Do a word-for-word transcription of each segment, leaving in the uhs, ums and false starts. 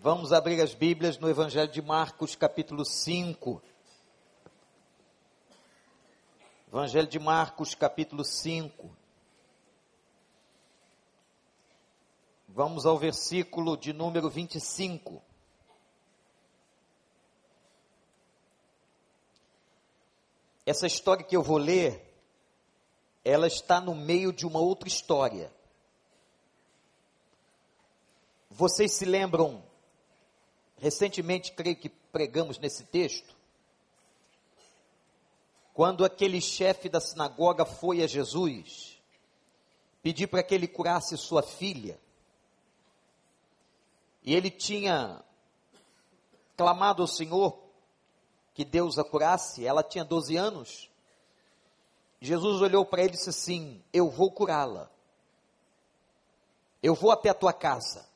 Vamos abrir as Bíblias no Evangelho de Marcos, capítulo cinco. Evangelho de Marcos, capítulo cinco. Vamos ao versículo de número vinte e cinco. Essa história que eu vou ler, ela está no meio de uma outra história. Vocês se lembram, recentemente creio que pregamos nesse texto, quando aquele chefe da sinagoga foi a Jesus, pedir para que ele curasse sua filha, e ele tinha clamado ao Senhor que Deus a curasse, ela tinha doze anos, Jesus olhou para ele e disse assim: eu vou curá-la, eu vou até a tua casa.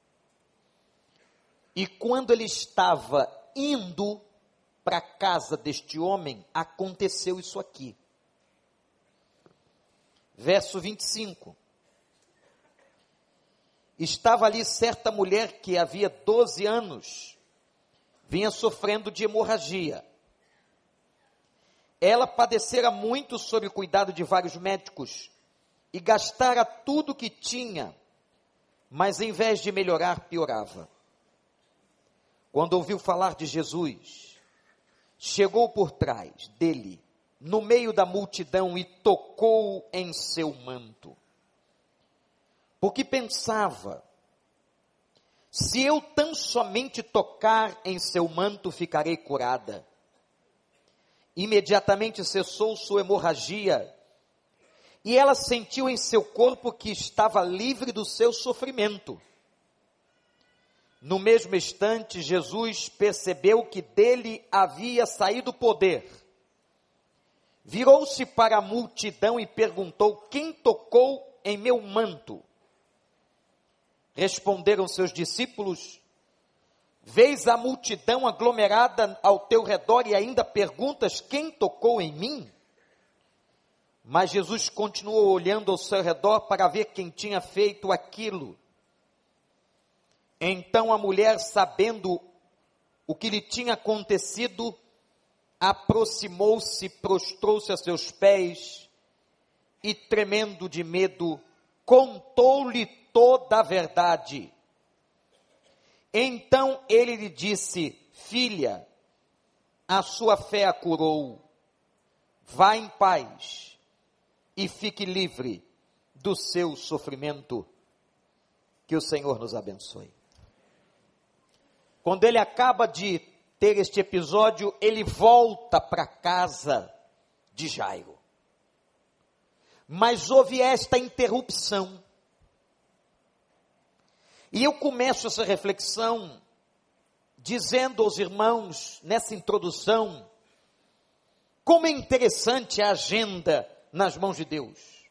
E quando ele estava indo para a casa deste homem, aconteceu isso aqui. Verso vinte e cinco. Estava ali certa mulher que havia doze anos, vinha sofrendo de hemorragia. Ela padecera muito sob o cuidado de vários médicos e gastara tudo o que tinha, mas em vez de melhorar, piorava. Quando ouviu falar de Jesus, chegou por trás dele, no meio da multidão, e tocou em seu manto. Porque pensava: se eu tão somente tocar em seu manto, ficarei curada. Imediatamente cessou sua hemorragia, e ela sentiu em seu corpo que estava livre do seu sofrimento. No mesmo instante, Jesus percebeu que dele havia saído poder. Virou-se para a multidão e perguntou: quem tocou em meu manto? Responderam seus discípulos: vês a multidão aglomerada ao teu redor e ainda perguntas: quem tocou em mim? Mas Jesus continuou olhando ao seu redor para ver quem tinha feito aquilo. Então a mulher, sabendo o que lhe tinha acontecido, aproximou-se, prostrou-se a seus pés e, tremendo de medo, contou-lhe toda a verdade. Então ele lhe disse: filha, a sua fé a curou, vá em paz e fique livre do seu sofrimento. Que o Senhor nos abençoe. Quando ele acaba de ter este episódio, ele volta para a casa de Jairo. Mas houve esta interrupção. E eu começo essa reflexão dizendo aos irmãos, nessa introdução, como é interessante a agenda nas mãos de Deus.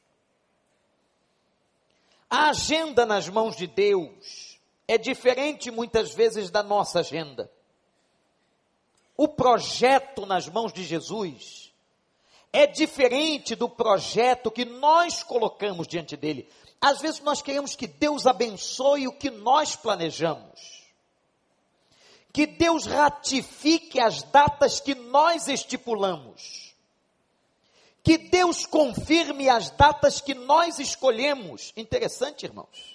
A agenda nas mãos de Deus é diferente muitas vezes da nossa agenda. O projeto nas mãos de Jesus é diferente do projeto que nós colocamos diante dele. Às vezes nós queremos que Deus abençoe o que nós planejamos. Que Deus ratifique as datas que nós estipulamos. Que Deus confirme as datas que nós escolhemos. Interessante, irmãos.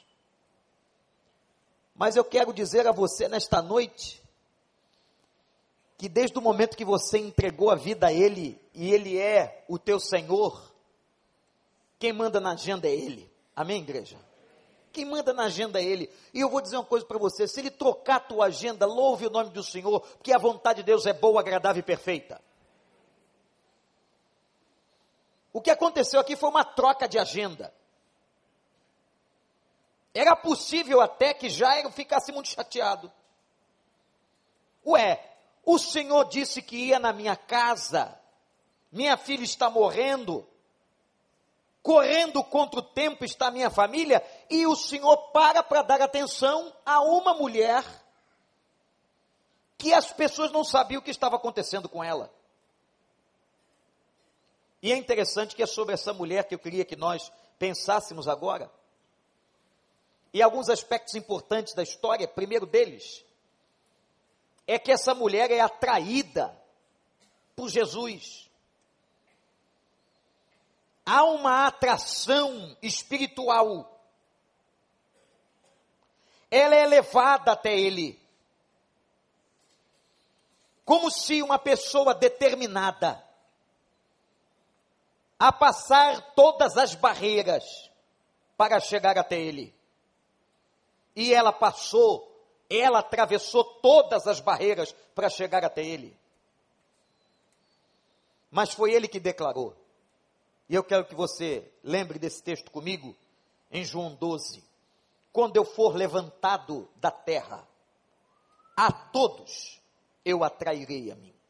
Mas eu quero dizer a você nesta noite, que desde o momento que você entregou a vida a Ele, e Ele é o teu Senhor, quem manda na agenda é Ele. Amém, igreja? Quem manda na agenda é Ele. E eu vou dizer uma coisa para você: se Ele trocar a tua agenda, louve o nome do Senhor, porque a vontade de Deus é boa, agradável e perfeita. O que aconteceu aqui foi uma troca de agenda. Era possível até que Jairo ficasse muito chateado. Ué, o Senhor disse que ia na minha casa, minha filha está morrendo, correndo contra o tempo está a minha família, e o Senhor para para dar atenção a uma mulher que as pessoas não sabiam o que estava acontecendo com ela. E é interessante que é sobre essa mulher que eu queria que nós pensássemos agora. E alguns aspectos importantes da história. Primeiro deles, é que essa mulher é atraída por Jesus. Há uma atração espiritual. Ela é levada até ele. Como se uma pessoa determinada a passar todas as barreiras para chegar até ele. E ela passou, ela atravessou todas as barreiras para chegar até ele. Mas foi ele que declarou. E eu quero que você lembre desse texto comigo, em João doze. Quando eu for levantado da terra, a todos eu atrairei a mim.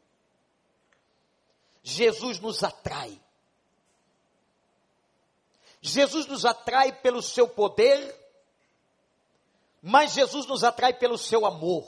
Jesus nos atrai. Jesus nos atrai pelo seu poder, mas Jesus nos atrai pelo seu amor.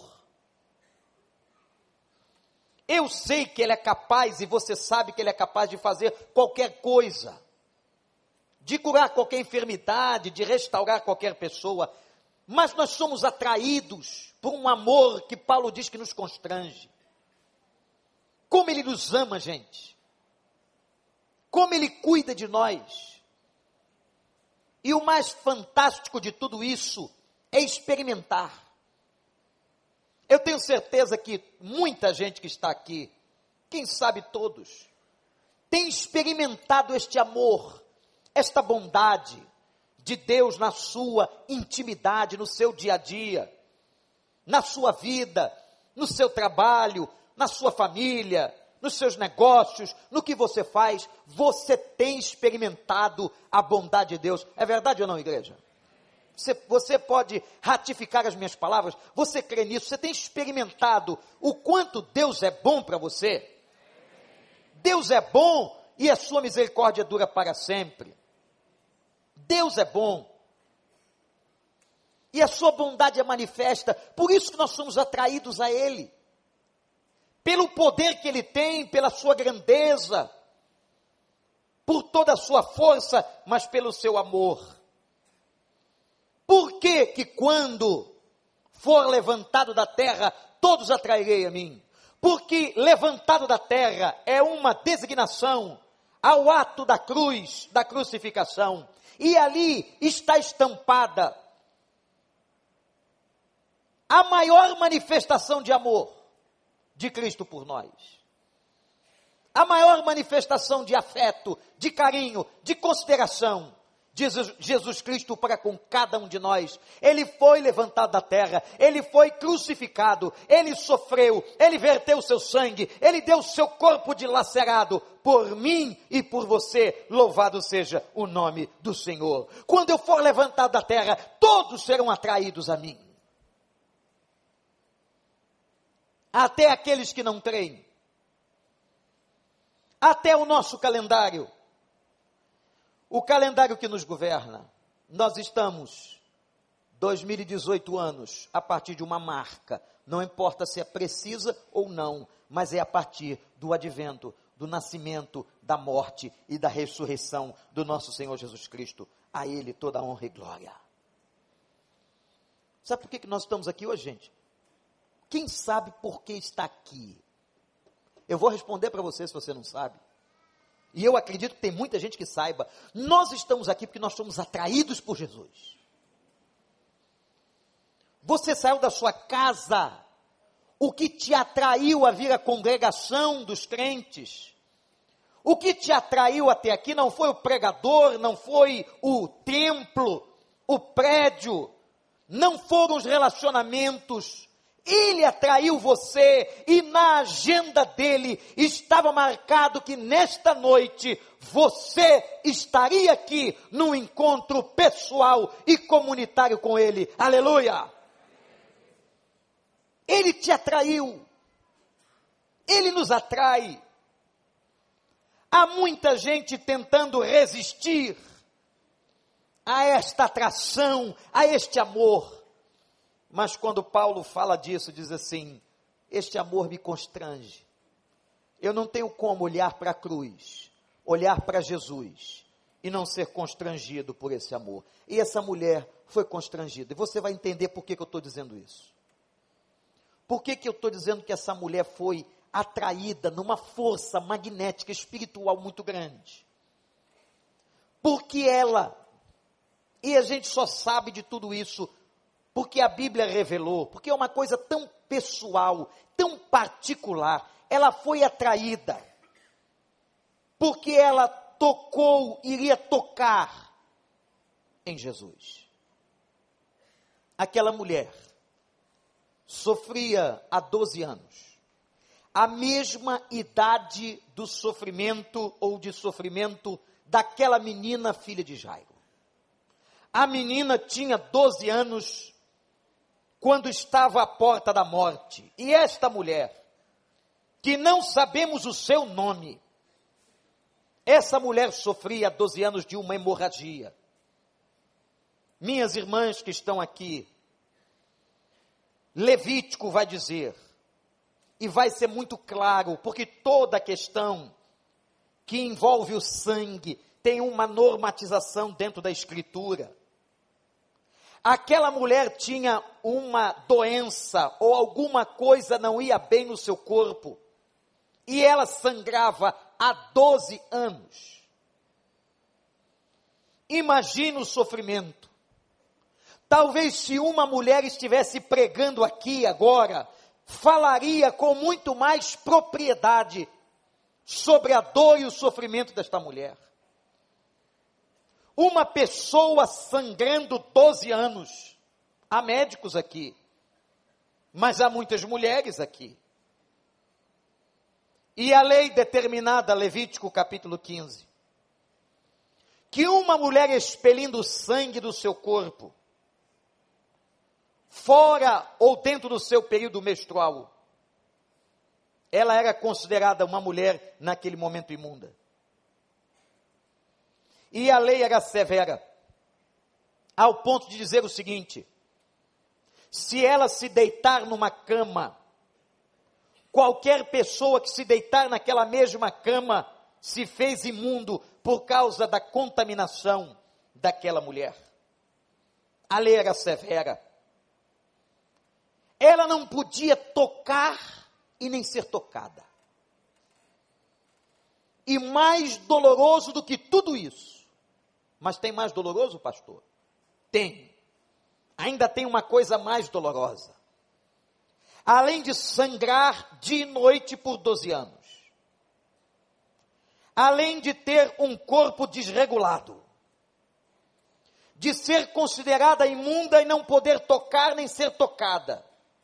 Eu sei que Ele é capaz, e você sabe que Ele é capaz de fazer qualquer coisa, de curar qualquer enfermidade, de restaurar qualquer pessoa, mas nós somos atraídos por um amor que Paulo diz que nos constrange. Como Ele nos ama, gente. Como Ele cuida de nós. E o mais fantástico de tudo isso é experimentar. Eu tenho certeza que muita gente que está aqui, quem sabe todos, tem experimentado este amor, esta bondade de Deus na sua intimidade, no seu dia a dia, na sua vida, no seu trabalho, na sua família, nos seus negócios, no que você faz. Você tem experimentado a bondade de Deus. É verdade ou não, igreja? Você, você pode ratificar as minhas palavras? Você crê nisso? Você tem experimentado o quanto Deus é bom para você? Deus é bom e a sua misericórdia dura para sempre. Deus é bom. E a sua bondade é manifesta. Por isso que nós somos atraídos a Ele. Pelo poder que Ele tem, pela sua grandeza, por toda a sua força, mas pelo seu amor. Por que que quando for levantado da terra, todos atrairei a mim? Porque levantado da terra é uma designação ao ato da cruz, da crucificação. E ali está estampada a maior manifestação de amor de Cristo por nós. A maior manifestação de afeto, de carinho, de consideração de Jesus Cristo para com cada um de nós. Ele foi levantado da terra, Ele foi crucificado, Ele sofreu, Ele verteu o seu sangue, Ele deu o seu corpo dilacerado por mim e por você. Louvado seja o nome do Senhor. Quando eu for levantado da terra, todos serão atraídos a mim. Até aqueles que não creem. Até o nosso calendário. O calendário que nos governa. Nós estamos dois mil e dezoito anos a partir de uma marca. Não importa se é precisa ou não, mas é a partir do advento, do nascimento, da morte e da ressurreição do nosso Senhor Jesus Cristo. A Ele toda a honra e glória. Sabe por que que nós estamos aqui hoje, gente? Quem sabe por que está aqui? Eu vou responder para você se você não sabe. E eu acredito que tem muita gente que saiba. Nós estamos aqui porque nós somos atraídos por Jesus. Você saiu da sua casa. O que te atraiu a vir à congregação dos crentes? O que te atraiu até aqui não foi o pregador, não foi o templo, o prédio, não foram os relacionamentos. Ele atraiu você e na agenda dele estava marcado que nesta noite você estaria aqui num encontro pessoal e comunitário com ele. Aleluia! Ele te atraiu. Ele nos atrai. Há muita gente tentando resistir a esta atração, a este amor. Mas quando Paulo fala disso, diz assim: este amor me constrange. Eu não tenho como olhar para a cruz, olhar para Jesus e não ser constrangido por esse amor. E essa mulher foi constrangida. E você vai entender por que que eu estou dizendo isso. Por que que eu estou dizendo que essa mulher foi atraída numa força magnética espiritual muito grande? Porque ela, e a gente só sabe de tudo isso porque a Bíblia revelou, porque é uma coisa tão pessoal, tão particular, ela foi atraída, porque ela tocou, iria tocar em Jesus. Aquela mulher sofria há doze anos, a mesma idade do sofrimento ou de sofrimento daquela menina filha de Jairo. A menina tinha doze anos quando estava à porta da morte, e esta mulher, que não sabemos o seu nome, essa mulher sofria há doze anos de uma hemorragia. Minhas irmãs que estão aqui, Levítico vai dizer, e vai ser muito claro, porque toda a questão que envolve o sangue tem uma normatização dentro da Escritura. Aquela mulher tinha uma doença ou alguma coisa não ia bem no seu corpo, e ela sangrava há doze anos. Imagina o sofrimento. Talvez se uma mulher estivesse pregando aqui agora, falaria com muito mais propriedade sobre a dor e o sofrimento desta mulher. Uma pessoa sangrando doze anos. Há médicos aqui, mas há muitas mulheres aqui. E a lei determinada, Levítico capítulo quinze, que uma mulher expelindo sangue do seu corpo, fora ou dentro do seu período menstrual, ela era considerada uma mulher naquele momento imunda. E a lei era severa, ao ponto de dizer o seguinte: se ela se deitar numa cama, qualquer pessoa que se deitar naquela mesma cama se fez imundo por causa da contaminação daquela mulher. A lei era severa. Ela não podia tocar e nem ser tocada. E mais doloroso do que tudo isso, mas tem mais doloroso, pastor? Tem. Ainda tem uma coisa mais dolorosa. Além de sangrar dia e noite por doze anos, além de ter um corpo desregulado, de ser considerada imunda e não poder tocar nem ser tocada.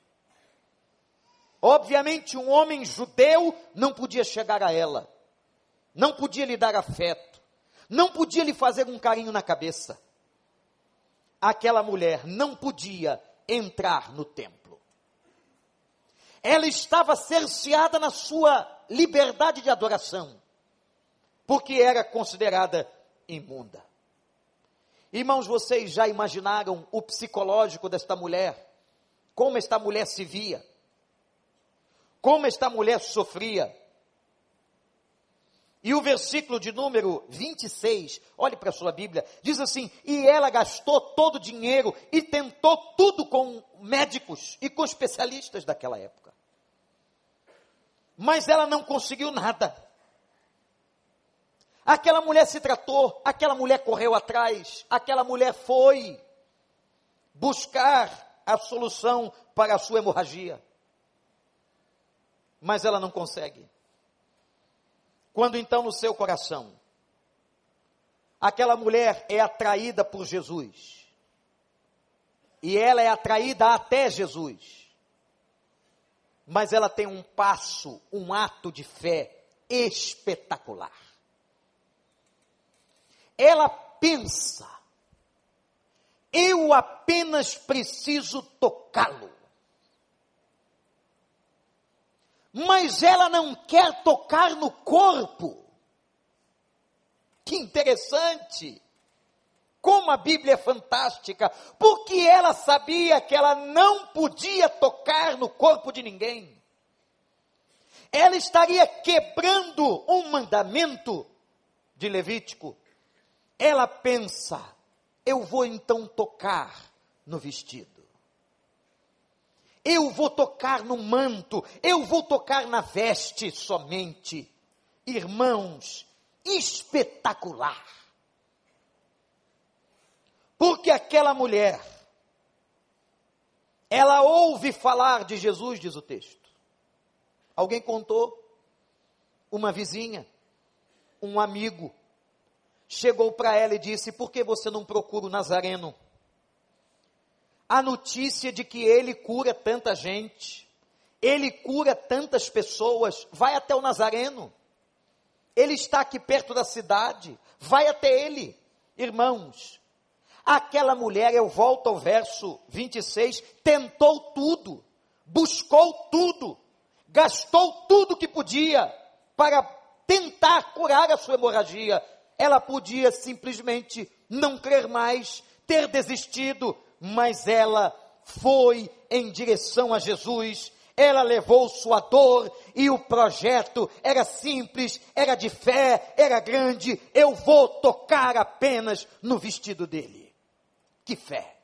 Obviamente um homem judeu não podia chegar a ela, não podia lhe dar afeto, não podia lhe fazer um carinho na cabeça. Aquela mulher não podia entrar no templo. Ela estava cerceada na sua liberdade de adoração, porque era considerada imunda. Irmãos, vocês já imaginaram o psicológico desta mulher? Como esta mulher se via? Como esta mulher sofria? E o versículo de número vinte e seis, olhe para a sua Bíblia, diz assim: e ela gastou todo o dinheiro e tentou tudo com médicos e com especialistas daquela época. Mas ela não conseguiu nada. Aquela mulher se tratou, aquela mulher correu atrás, aquela mulher foi buscar a solução para a sua hemorragia. Mas ela não consegue. Quando então no seu coração, aquela mulher é atraída por Jesus, e ela é atraída até Jesus, mas ela tem um passo, um ato de fé espetacular. Ela pensa: eu apenas preciso tocá-lo. Mas ela não quer tocar no corpo. Que interessante! Como a Bíblia é fantástica, porque ela sabia que ela não podia tocar no corpo de ninguém. Ela estaria quebrando um mandamento de Levítico. Ela pensa: eu vou então tocar no vestido. eu vou tocar no manto, eu vou tocar na veste somente. Irmãos, espetacular. Porque aquela mulher, ela ouve falar de Jesus, diz o texto. Alguém contou? Uma vizinha, um amigo, chegou para ela e disse: por que você não procura o Nazareno? A notícia de que ele cura tanta gente, ele cura tantas pessoas, vai até o Nazareno. Ele está aqui perto da cidade, vai até ele. Irmãos, aquela mulher, eu volto ao verso vinte e seis, tentou tudo, buscou tudo, gastou tudo que podia para tentar curar a sua hemorragia. Ela podia simplesmente não crer mais, ter desistido, mas ela foi em direção a Jesus. Ela levou sua dor e o projeto era simples, era de fé, era grande. Eu vou tocar apenas no vestido dele. Que fé!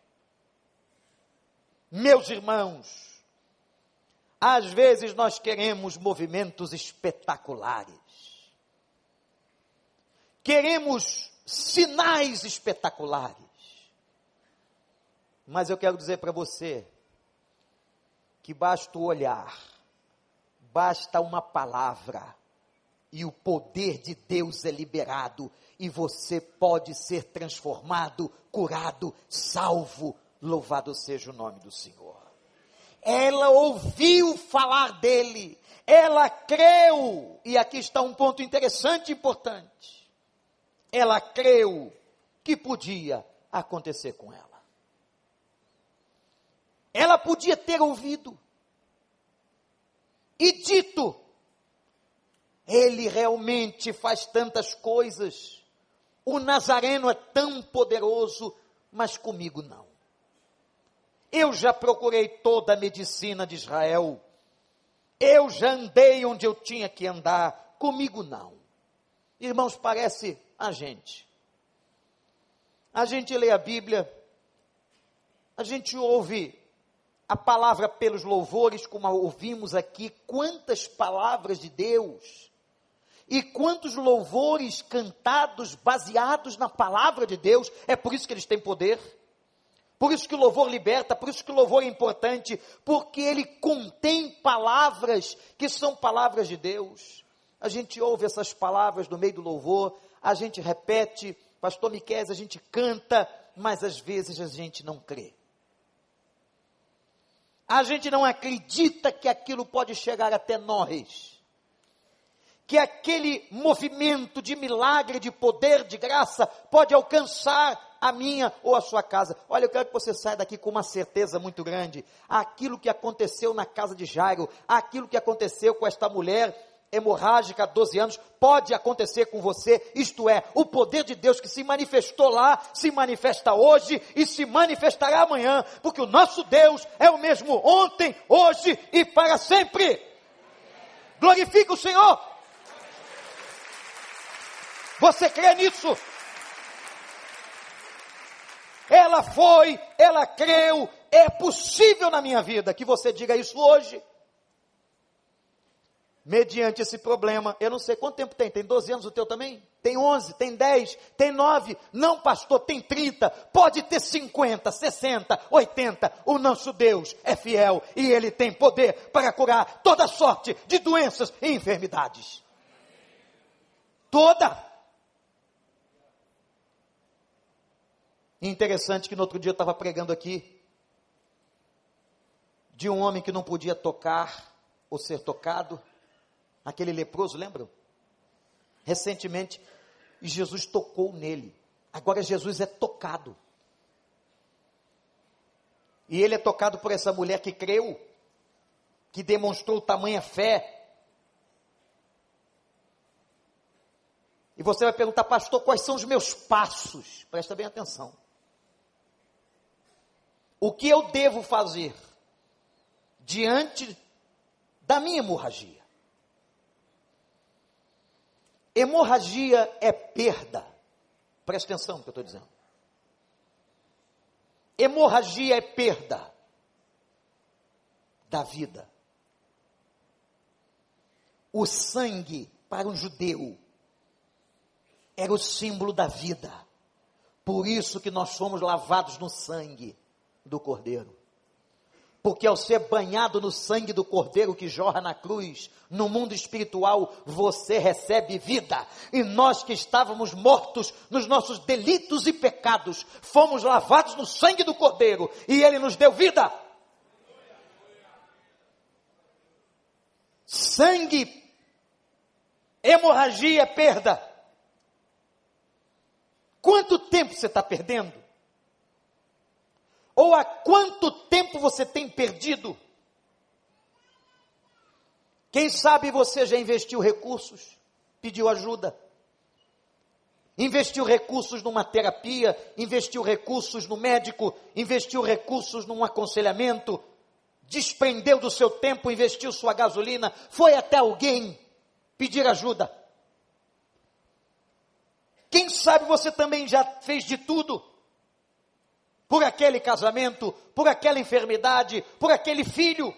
Meus irmãos, às vezes nós queremos movimentos espetaculares. Queremos sinais espetaculares. Mas eu quero dizer para você que basta o olhar, basta uma palavra, e o poder de Deus é liberado, e você pode ser transformado, curado, salvo. Louvado seja o nome do Senhor. Ela ouviu falar dele, ela creu, e aqui está um ponto interessante e importante. Ela creu que podia acontecer com ela. Ela podia ter ouvido e dito: ele realmente faz tantas coisas, o Nazareno é tão poderoso, mas comigo não. Eu já procurei toda a medicina de Israel, eu já andei onde eu tinha que andar, comigo não. Irmãos, parece a gente. A gente lê a Bíblia, a gente ouve a palavra pelos louvores, como ouvimos aqui, quantas palavras de Deus, e quantos louvores cantados, baseados na palavra de Deus. É por isso que eles têm poder, por isso que o louvor liberta, por isso que o louvor é importante, porque ele contém palavras que são palavras de Deus. A gente ouve essas palavras no meio do louvor, a gente repete, pastor Miquel, a gente canta, mas às vezes a gente não crê. A gente não acredita que aquilo pode chegar até nós, que aquele movimento de milagre, de poder, de graça, pode alcançar a minha ou a sua casa. Olha, eu quero que você saia daqui com uma certeza muito grande. Aquilo que aconteceu na casa de Jairo, aquilo que aconteceu com esta mulher hemorrágica há doze anos, pode acontecer com você. Isto é, o poder de Deus que se manifestou lá, se manifesta hoje e se manifestará amanhã, porque o nosso Deus é o mesmo ontem, hoje e para sempre. Glorifica o Senhor. Você crê nisso? Ela foi, ela creu, é possível na minha vida que você diga isso hoje. Mediante esse problema, eu não sei quanto tempo tem, tem doze anos o teu também? Tem onze, tem dez, tem nove, não pastor, tem trinta, pode ter cinquenta, sessenta, oitenta, o nosso Deus é fiel e Ele tem poder para curar toda sorte de doenças e enfermidades. Toda. Interessante que no outro dia eu estava pregando aqui, de um homem que não podia tocar ou ser tocado, aquele leproso, lembram? Recentemente, Jesus tocou nele. Agora Jesus é tocado. E ele é tocado por essa mulher que creu, que demonstrou tamanha fé. E você vai perguntar, pastor, quais são os meus passos? Presta bem atenção. O que eu devo fazer diante da minha hemorragia? Hemorragia é perda. Presta atenção no que eu estou dizendo. Hemorragia é perda. da vida. O sangue, para um judeu, era o símbolo da vida. Por isso que nós fomos lavados no sangue do Cordeiro. Porque ao ser banhado no sangue do Cordeiro que jorra na cruz, no mundo espiritual, você recebe vida. E nós que estávamos mortos nos nossos delitos e pecados, fomos lavados no sangue do Cordeiro, e Ele nos deu vida. Sangue, hemorragia é perda. Quanto tempo você está perdendo? Ou há quanto tempo você tem perdido? Quem sabe você já investiu recursos, pediu ajuda, investiu recursos numa terapia, investiu recursos no médico, investiu recursos num aconselhamento, desprendeu do seu tempo, investiu sua gasolina, foi até alguém pedir ajuda. Quem sabe você também já fez de tudo por aquele casamento, por aquela enfermidade, por aquele filho.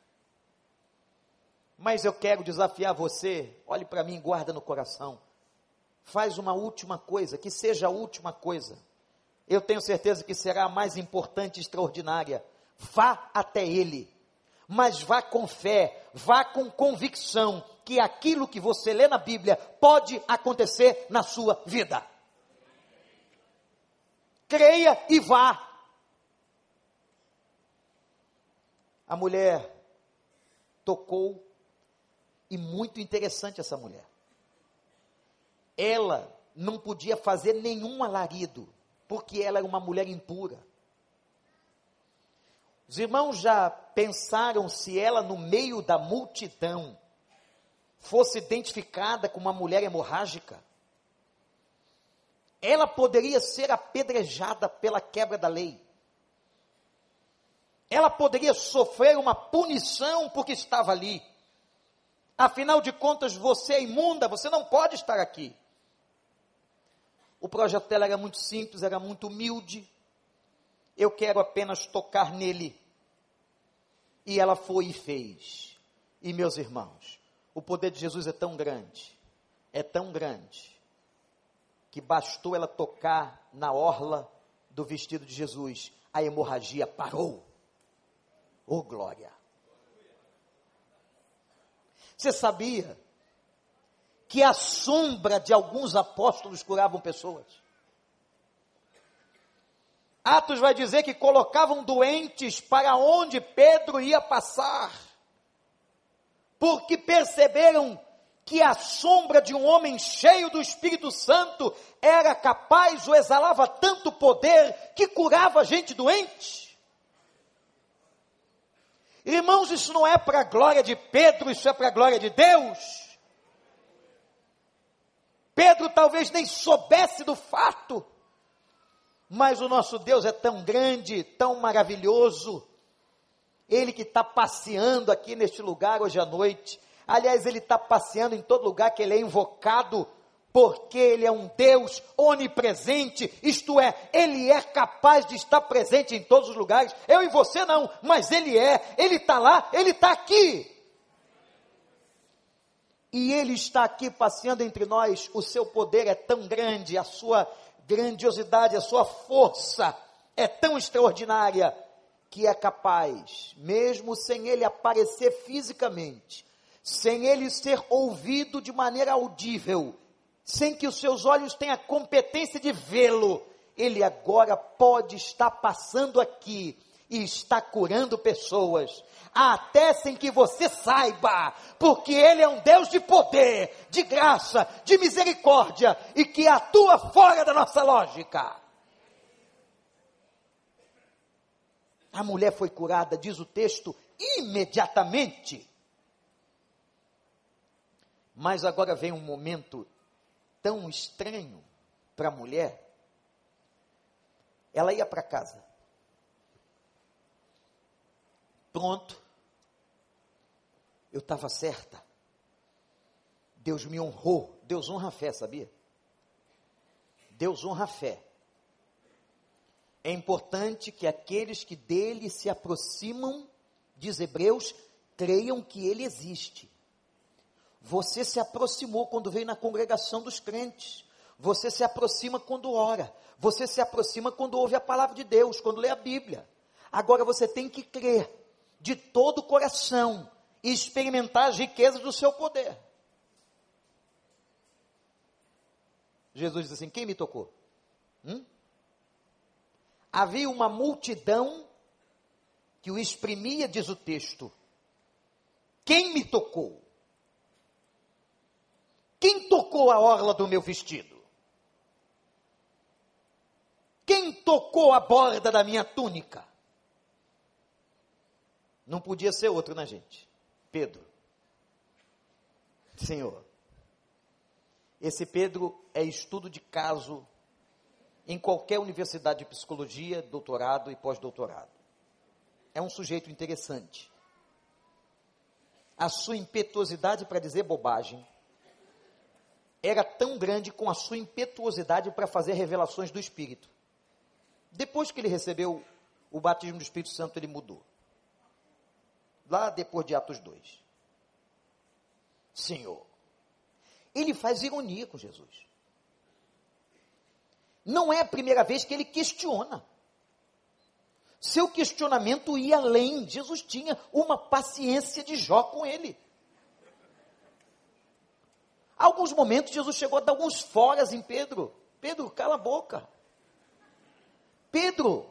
Mas eu quero desafiar você, olhe para mim, guarda no coração, faz uma última coisa, que seja a última coisa, eu tenho certeza que será a mais importante e extraordinária. Vá até Ele, mas vá com fé, vá com convicção, que aquilo que você lê na Bíblia pode acontecer na sua vida. Creia e vá. A mulher tocou, e muito interessante essa mulher. Ela não podia fazer nenhum alarido, porque ela era uma mulher impura. Os irmãos já pensaram se ela, no meio da multidão, fosse identificada como uma mulher hemorrágica? Ela poderia ser apedrejada pela quebra da lei. Ela poderia sofrer uma punição porque estava ali. Afinal de contas, você é imunda, você não pode estar aqui. O projeto dela era muito simples, era muito humilde. Eu quero apenas tocar nele. E ela foi e fez. E meus irmãos, o poder de Jesus é tão grande, é tão grande, que bastou ela tocar na orla do vestido de Jesus, a hemorragia parou. Oh, glória! Você sabia que a sombra de alguns apóstolos curavam pessoas? Atos vai dizer que colocavam doentes para onde Pedro ia passar, porque perceberam que a sombra de um homem cheio do Espírito Santo era capaz ou exalava tanto poder que curava gente doente. Irmãos, isso não é para a glória de Pedro, isso é para a glória de Deus. Pedro talvez nem soubesse do fato, mas o nosso Deus é tão grande, tão maravilhoso. Ele que está passeando aqui neste lugar hoje à noite, aliás, Ele está passeando em todo lugar que Ele é invocado, porque Ele é um Deus onipresente, isto é, Ele é capaz de estar presente em todos os lugares. Eu e você não, mas Ele é, Ele está lá, Ele está aqui. E Ele está aqui passeando entre nós. O seu poder é tão grande, a sua grandiosidade, a sua força é tão extraordinária, que é capaz, mesmo sem Ele aparecer fisicamente, sem Ele ser ouvido de maneira audível, sem que os seus olhos tenham a competência de vê-lo, Ele agora pode estar passando aqui e está curando pessoas, até sem que você saiba, porque Ele é um Deus de poder, de graça, de misericórdia, e que atua fora da nossa lógica. A mulher foi curada, diz o texto, imediatamente. Mas agora vem um momento tão estranho para a mulher. Ela ia para casa. Pronto. Eu estava certa. Deus me honrou. Deus honra a fé, sabia? Deus honra a fé. É importante que aqueles que dele se aproximam diz Hebreus, creiam que ele existe. Você se aproximou quando veio na congregação dos crentes. Você se aproxima quando ora. Você se aproxima quando ouve a palavra de Deus, quando lê a Bíblia. Agora você tem que crer de todo o coração e experimentar as riquezas do seu poder. Jesus diz assim, quem me tocou? Hum? Havia uma multidão que o exprimia, diz o texto. Quem me tocou? Quem tocou a orla do meu vestido? Quem tocou a borda da minha túnica? Não podia ser outro, né, gente? Pedro. Senhor. Esse Pedro é estudo de caso em qualquer universidade de psicologia, doutorado e pós-doutorado. É um sujeito interessante. A sua impetuosidade para dizer bobagem era tão grande com a sua impetuosidade para fazer revelações do Espírito. Depois que ele recebeu o batismo do Espírito Santo, ele mudou. Lá depois de Atos dois. Senhor. Ele faz ironia com Jesus. Não é a primeira vez que ele questiona. Seu questionamento ia além. Jesus tinha uma paciência de Jó com ele. Alguns momentos Jesus chegou a dar alguns foras em Pedro. Pedro, cala a boca. Pedro.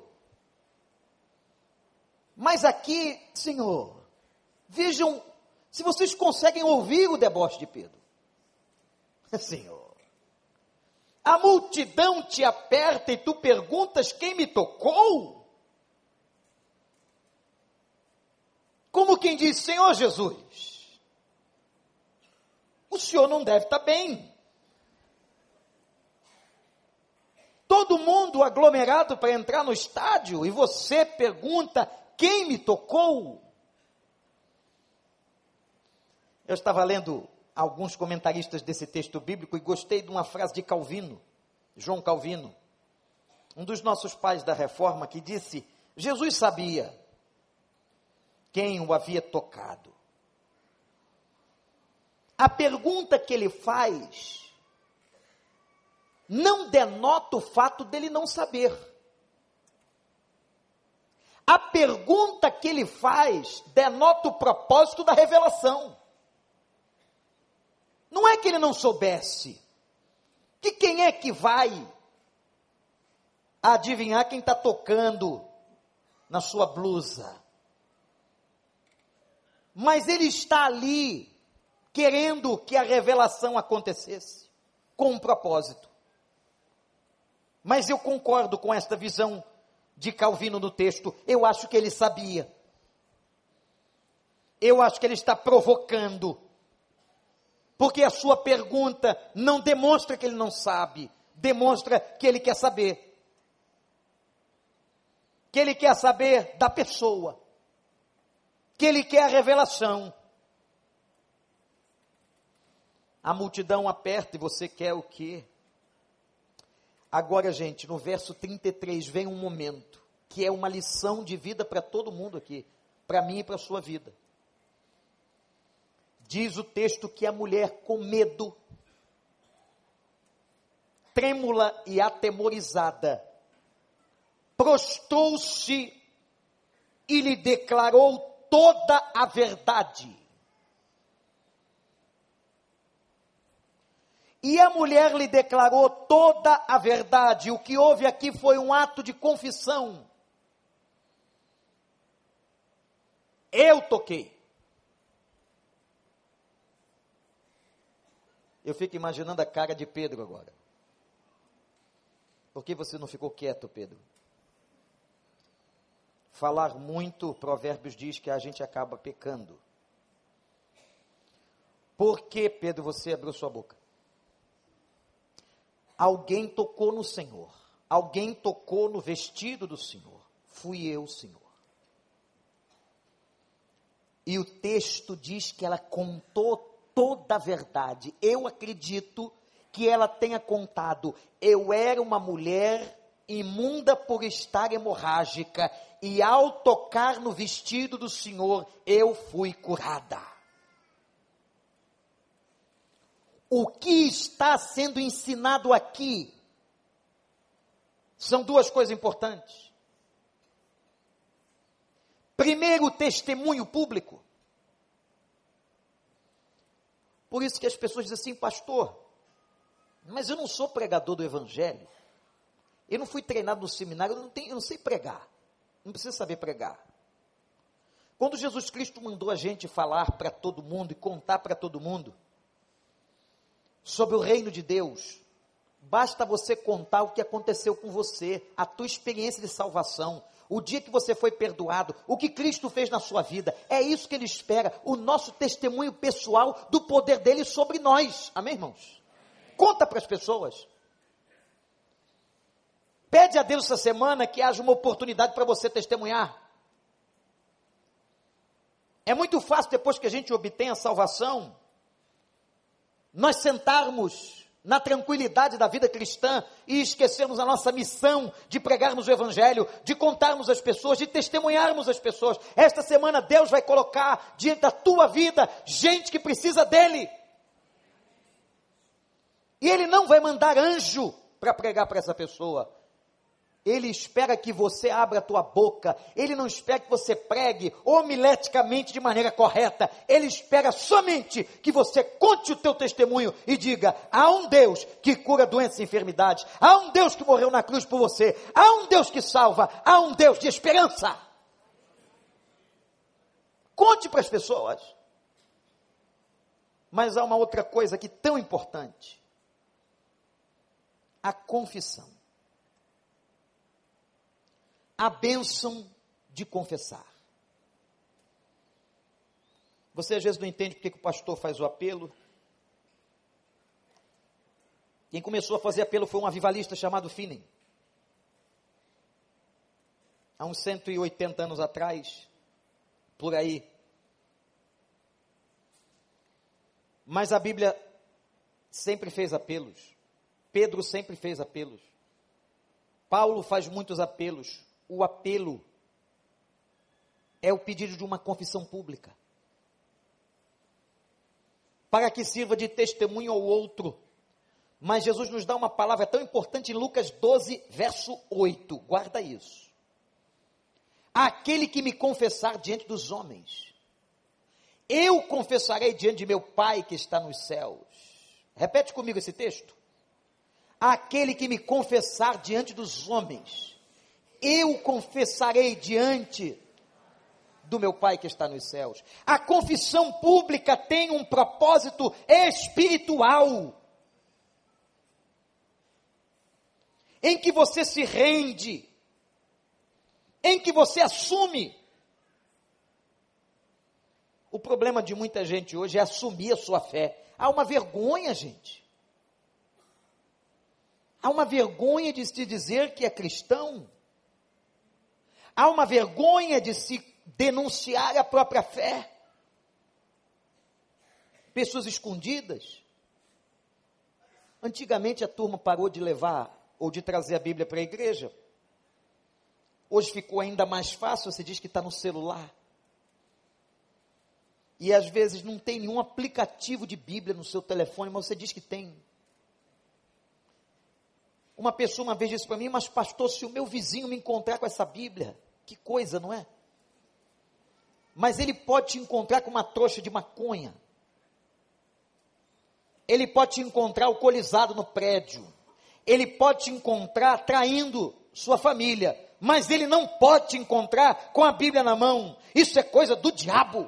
Mas aqui, Senhor, vejam se vocês conseguem ouvir o deboche de Pedro. Senhor, a multidão te aperta e tu perguntas quem me tocou? Como quem diz, Senhor Jesus, o senhor não deve estar bem. Todo mundo aglomerado para entrar no estádio e você pergunta, quem me tocou? Eu estava lendo alguns comentaristas desse texto bíblico e gostei de uma frase de Calvino, João Calvino, um dos nossos pais da Reforma, que disse, Jesus sabia quem o havia tocado. A pergunta que ele faz não denota o fato dele não saber. A pergunta que ele faz denota o propósito da revelação. Não é que ele não soubesse. Que quem é que vai adivinhar quem está tocando na sua blusa? Mas ele está ali querendo que a revelação acontecesse com um propósito. Mas eu concordo com esta visão de Calvino no texto. Eu acho que ele sabia. Eu acho que ele está provocando. Porque a sua pergunta não demonstra que ele não sabe, demonstra que ele quer saber. Que ele quer saber da pessoa. Que ele quer a revelação. A multidão aperta e você quer o quê? Agora, gente, no verso trinta e três vem um momento que é uma lição de vida para todo mundo aqui, para mim e para a sua vida. Diz o texto que a mulher, com medo, trêmula e atemorizada, prostrou-se e lhe declarou toda a verdade. E a mulher lhe declarou toda a verdade. O que houve aqui foi um ato de confissão. Eu toquei. Eu fico imaginando a cara de Pedro agora. Por que você não ficou quieto, Pedro? Falar muito, Provérbios diz que a gente acaba pecando. Por que, Pedro, você abriu sua boca? Alguém tocou no Senhor. Alguém tocou no vestido do Senhor. Fui eu, Senhor. E o texto diz que ela contou toda a verdade. Eu acredito que ela tenha contado. Eu era uma mulher imunda por estar hemorrágica, e ao tocar no vestido do Senhor, eu fui curada. O que está sendo ensinado aqui são duas coisas importantes. Primeiro, o testemunho público. Por isso que as pessoas dizem assim, pastor, mas eu não sou pregador do evangelho. Eu não fui treinado no seminário, eu não, tenho, eu não sei pregar. Não precisa saber pregar. Quando Jesus Cristo mandou a gente falar para todo mundo e contar para todo mundo sobre o reino de Deus, basta você contar o que aconteceu com você, a tua experiência de salvação, o dia que você foi perdoado, o que Cristo fez na sua vida. É isso que Ele espera, o nosso testemunho pessoal do poder dEle sobre nós. Amém, irmãos? Conta para as pessoas. Pede a Deus essa semana que haja uma oportunidade para você testemunhar. É muito fácil, depois que a gente obtém a salvação, nós sentarmos na tranquilidade da vida cristã e esquecermos a nossa missão de pregarmos o evangelho, de contarmos às pessoas, de testemunharmos às pessoas. Esta semana Deus vai colocar diante da tua vida gente que precisa dEle. E Ele não vai mandar anjo para pregar para essa pessoa. Ele espera que você abra a tua boca. Ele não espera que você pregue homileticamente de maneira correta. Ele espera somente que você conte o teu testemunho e diga, há um Deus que cura doenças e enfermidades. Há um Deus que morreu na cruz por você. Há um Deus que salva. Há um Deus de esperança. Conte para as pessoas. Mas há uma outra coisa aqui tão importante. A confissão. A bênção de confessar. Você às vezes não entende porque que o pastor faz o apelo. Quem começou a fazer apelo foi um avivalista chamado Finney. Há uns cento e oitenta anos atrás, por aí. Mas a Bíblia sempre fez apelos. Pedro sempre fez apelos. Paulo faz muitos apelos. O apelo é o pedido de uma confissão pública, para que sirva de testemunho ao outro. Mas Jesus nos dá uma palavra tão importante em Lucas doze, verso oito, guarda isso. Aquele que me confessar diante dos homens, eu confessarei diante de meu Pai que está nos céus. Repete comigo esse texto. Aquele que me confessar diante dos homens, eu confessarei diante do meu Pai que está nos céus. A confissão pública tem um propósito espiritual, em que você se rende, em que você assume. O problema de muita gente hoje é assumir a sua fé. Há uma vergonha, gente. Há uma vergonha de se dizer que é cristão. Há uma vergonha de se denunciar a própria fé. Pessoas escondidas. Antigamente a turma parou de levar ou de trazer a Bíblia para a igreja. Hoje ficou ainda mais fácil, você diz que está no celular. E às vezes não tem nenhum aplicativo de Bíblia no seu telefone, mas você diz que tem. Uma pessoa uma vez disse para mim, mas pastor, se o meu vizinho me encontrar com essa Bíblia, que coisa, não é? Mas ele pode te encontrar com uma trouxa de maconha. Ele pode te encontrar alcoolizado no prédio. Ele pode te encontrar traindo sua família. Mas ele não pode te encontrar com a Bíblia na mão. Isso é coisa do diabo.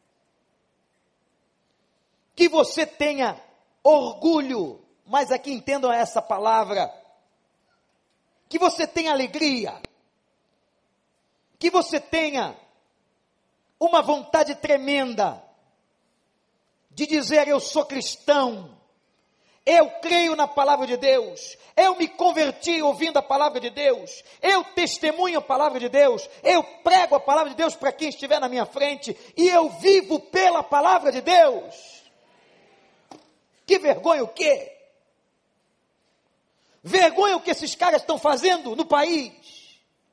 Que você tenha orgulho, mas aqui entendam essa palavra. Que você tenha alegria, que você tenha uma vontade tremenda de dizer, eu sou cristão, eu creio na palavra de Deus, eu me converti ouvindo a palavra de Deus, eu testemunho a palavra de Deus, eu prego a palavra de Deus para quem estiver na minha frente, e eu vivo pela palavra de Deus. Que vergonha o quê? Vergonha o que esses caras estão fazendo no país.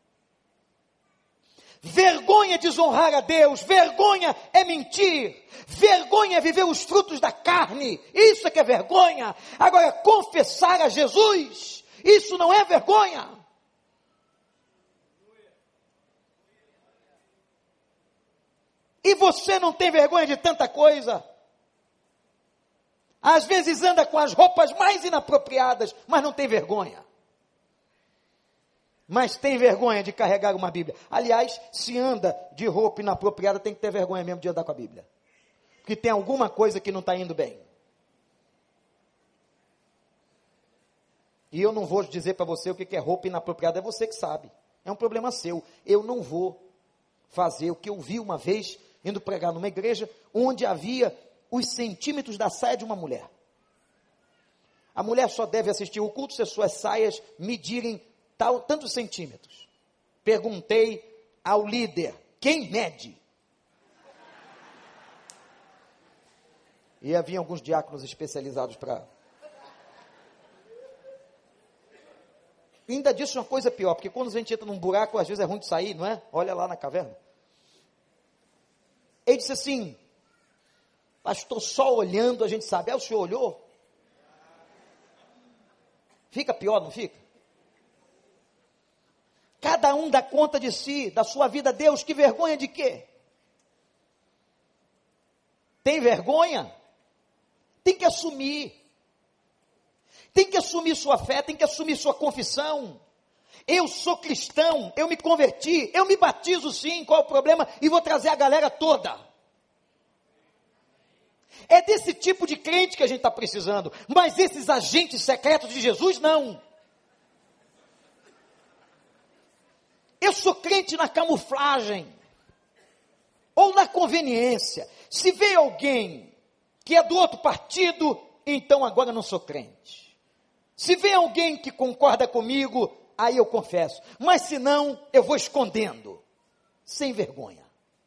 Vergonha é desonrar a Deus, vergonha é mentir, vergonha é viver os frutos da carne, isso é que é vergonha. Agora, confessar a Jesus, isso não é vergonha. E você não tem vergonha de tanta coisa. Às vezes anda com as roupas mais inapropriadas, mas não tem vergonha. Mas tem vergonha de carregar uma Bíblia. Aliás, se anda de roupa inapropriada, tem que ter vergonha mesmo de andar com a Bíblia. Porque tem alguma coisa que não está indo bem. E eu não vou dizer para você o que é roupa inapropriada, é você que sabe. É um problema seu. Eu não vou fazer o que eu vi uma vez, indo pregar numa igreja, onde havia os centímetros da saia de uma mulher. A mulher só deve assistir o culto se as suas saias medirem tal, tantos centímetros. Perguntei ao líder, quem mede? E havia alguns diáconos especializados para... Ainda disse uma coisa pior, porque quando a gente entra num buraco, às vezes é ruim de sair, não é? Olha lá na caverna. Ele disse assim, pastor, só olhando a gente sabe. É, o senhor olhou? Fica pior, não fica? Cada um dá conta de si, da sua vida. Deus, que vergonha de quê? Tem vergonha? Tem que assumir. Tem que assumir sua fé, tem que assumir sua confissão. Eu sou cristão, eu me converti, eu me batizo sim, qual é o problema? E vou trazer a galera toda. É desse tipo de crente que a gente está precisando, mas esses agentes secretos de Jesus, não. Eu sou crente na camuflagem, ou na conveniência. Se vê alguém que é do outro partido, então agora não sou crente. Se vê alguém que concorda comigo, aí eu confesso. Mas se não, eu vou escondendo, sem vergonha.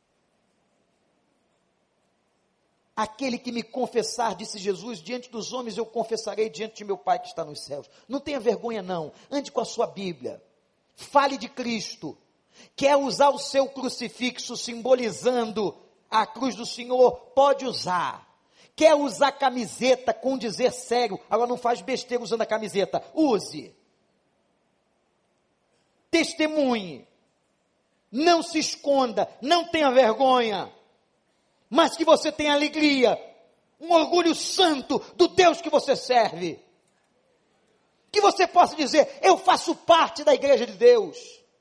Aquele que me confessar, disse Jesus, diante dos homens eu confessarei diante de meu Pai que está nos céus. Não tenha vergonha não, ande com a sua Bíblia. Fale de Cristo. Quer usar o seu crucifixo simbolizando a cruz do Senhor? Pode usar. Quer usar camiseta com dizer sério? Agora não faz besteira usando a camiseta. Use. Testemunhe. Não se esconda. Não tenha vergonha. Mas que você tenha alegria. Um orgulho santo do Deus que você serve. Que você possa dizer, eu faço parte da igreja de Deus.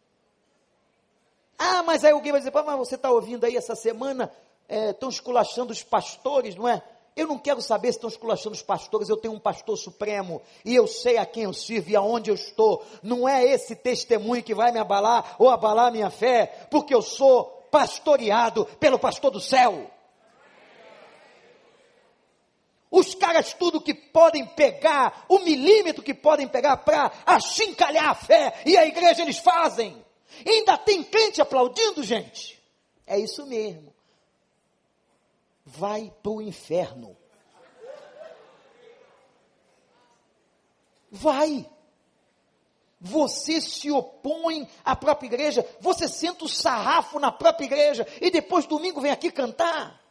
Ah, mas aí alguém vai dizer, mas você está ouvindo aí essa semana, estão é, esculachando os pastores, não é? Eu não quero saber se estão esculachando os pastores, eu tenho um pastor supremo, e eu sei a quem eu sirvo e aonde eu estou. Não é esse testemunho que vai me abalar, ou abalar a minha fé, porque eu sou pastoreado pelo pastor do céu. Os caras tudo que podem pegar, o milímetro que podem pegar para achincalhar a fé, e a igreja eles fazem. Ainda tem crente aplaudindo, gente. É isso mesmo. Vai para o inferno. Vai. Você se opõe à própria igreja, você senta o sarrafo na própria igreja, e depois domingo vem aqui cantar.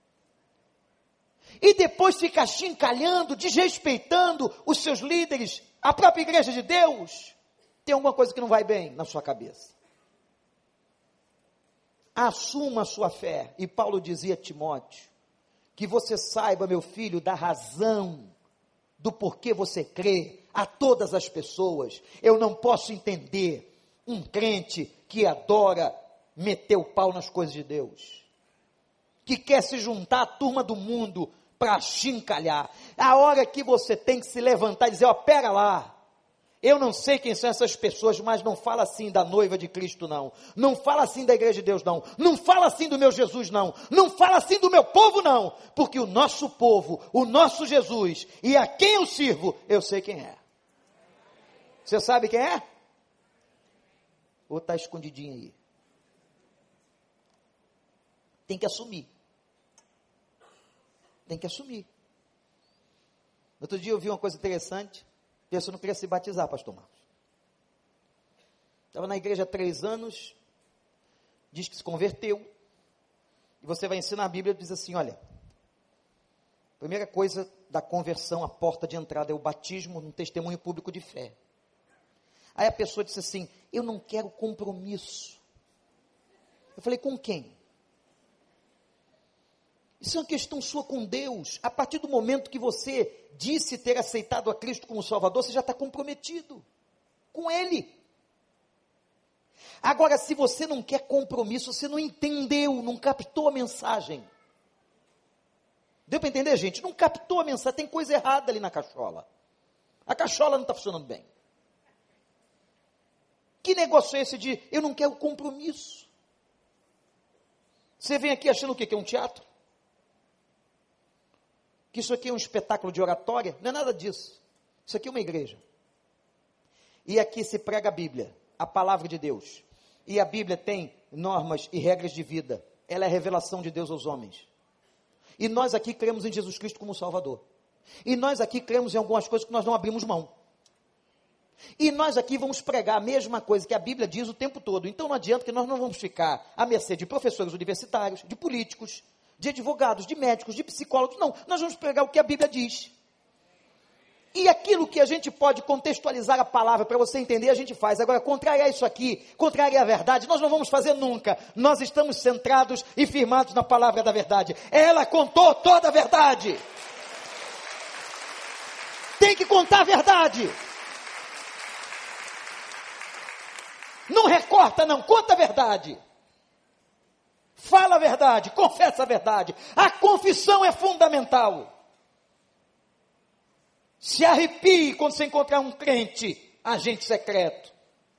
E depois fica achincalhando, desrespeitando os seus líderes, a própria igreja de Deus. Tem alguma coisa que não vai bem na sua cabeça. Assuma a sua fé. E Paulo dizia a Timóteo, que você saiba, meu filho, da razão, do porquê você crê, a todas as pessoas. Eu não posso entender um crente que adora meter o pau nas coisas de Deus, que quer se juntar à turma do mundo para chincalhar. A hora que você tem que se levantar e dizer, ó, pera lá, eu não sei quem são essas pessoas, mas não fala assim da noiva de Cristo, não. Não fala assim da igreja de Deus, não. Não fala assim do meu Jesus, não. Não fala assim do meu povo, não. Porque o nosso povo, o nosso Jesus, e a quem eu sirvo, eu sei quem é. Você sabe quem é? Ou está escondidinho aí? Tem que assumir. Tem que assumir. Outro dia eu vi uma coisa interessante. A pessoa não queria se batizar, pastor Marcos. Estava na igreja há três anos, diz que se converteu, e você vai ensinar a Bíblia e diz assim, olha, primeira coisa da conversão, a porta de entrada é o batismo no testemunho público de fé. Aí a pessoa disse assim, eu não quero compromisso. Eu falei, com quem? Isso é uma questão sua com Deus. A partir do momento que você disse ter aceitado a Cristo como Salvador, você já está comprometido com Ele. Agora, se você não quer compromisso, você não entendeu, não captou a mensagem. Deu para entender, gente? Não captou a mensagem, tem coisa errada ali na cachola. A cachola não está funcionando bem. Que negócio é esse de, eu não quero compromisso? Você vem aqui achando o quê? Que é um teatro? Que isso aqui é um espetáculo de oratória? Não é nada disso. Isso aqui é uma igreja. E aqui se prega a Bíblia, a palavra de Deus. E a Bíblia tem normas e regras de vida. Ela é a revelação de Deus aos homens. E nós aqui cremos em Jesus Cristo como Salvador. E nós aqui cremos em algumas coisas que nós não abrimos mão. E nós aqui vamos pregar a mesma coisa que a Bíblia diz o tempo todo. Então não adianta que nós não vamos ficar à mercê de professores universitários, de políticos, de advogados, de médicos, de psicólogos. Não, nós vamos pregar o que a Bíblia diz. E aquilo que a gente pode contextualizar a palavra para você entender, a gente faz. Agora, contrariar isso aqui, contrariar a verdade, nós não vamos fazer nunca. Nós estamos centrados e firmados na palavra da verdade. Ela contou toda a verdade. Tem que contar a verdade. Não recorta não, conta a verdade. Fala a verdade, confessa a verdade. A confissão é fundamental. Se arrepie quando você encontrar um crente, agente secreto.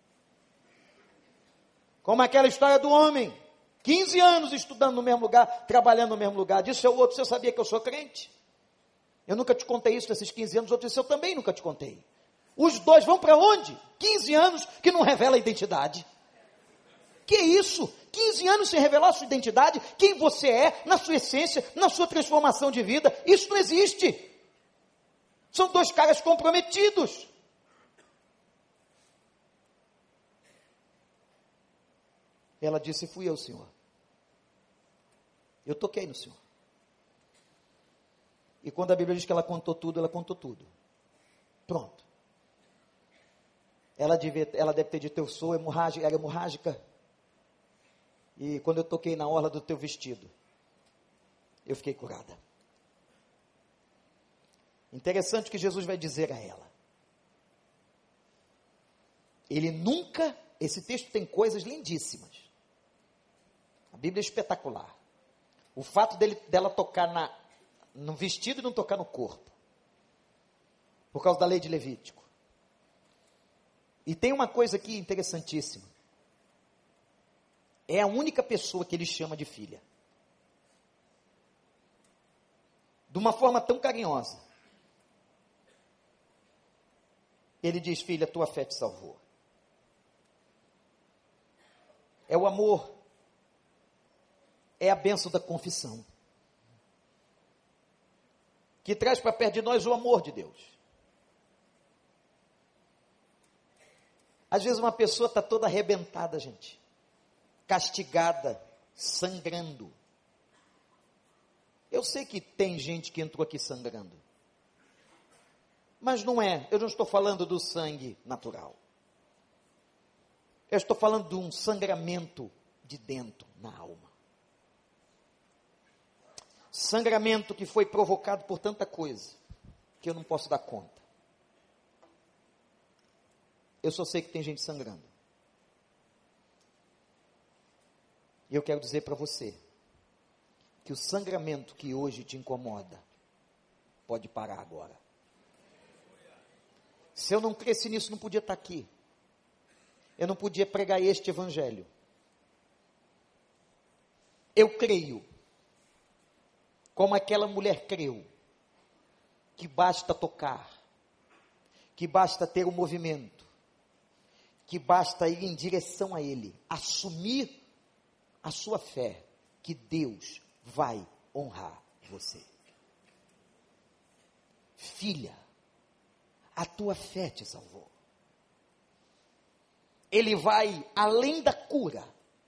Como aquela história do homem, quinze anos estudando no mesmo lugar, trabalhando no mesmo lugar. Disse ao outro, você sabia que eu sou crente? Eu nunca te contei isso nesses quinze anos. O outro disse, eu também nunca te contei. Os dois vão para onde? quinze anos que não revela a identidade. Que isso? quinze anos sem revelar a sua identidade, quem você é, na sua essência, na sua transformação de vida. Isso não existe. São dois caras comprometidos. Ela disse, fui eu, Senhor. Eu toquei no Senhor. E quando a Bíblia diz que ela contou tudo, ela contou tudo. Pronto. Ela deve, ela deve ter dito, eu sou hemorrágica, era hemorrágica. E quando eu toquei na orla do teu vestido, eu fiquei curada. Interessante que Jesus vai dizer a ela. Ele nunca, esse texto tem coisas lindíssimas. A Bíblia é espetacular. O fato dele, dela tocar na, no vestido e não tocar no corpo. Por causa da lei de Levítico. E tem uma coisa aqui interessantíssima. É a única pessoa que ele chama de filha. De uma forma tão carinhosa. Ele diz, filha, tua fé te salvou. É o amor. É a bênção da confissão. Que traz para perto de nós o amor de Deus. Às vezes uma pessoa está toda arrebentada, gente. Castigada, sangrando. Eu sei que tem gente que entrou aqui sangrando. Mas não é, eu não estou falando do sangue natural. Eu estou falando de um sangramento de dentro, na alma. Sangramento que foi provocado por tanta coisa, que eu não posso dar conta. Eu só sei que tem gente sangrando. E eu quero dizer para você, que o sangramento que hoje te incomoda, pode parar agora. Se eu não cresci nisso, não podia estar aqui. Eu não podia pregar este evangelho. Eu creio, como aquela mulher creu, que basta tocar, que basta ter o movimento, que basta ir em direção a Ele, assumir a sua fé, que Deus vai honrar você. Filha, a tua fé te salvou. Ele vai além da cura,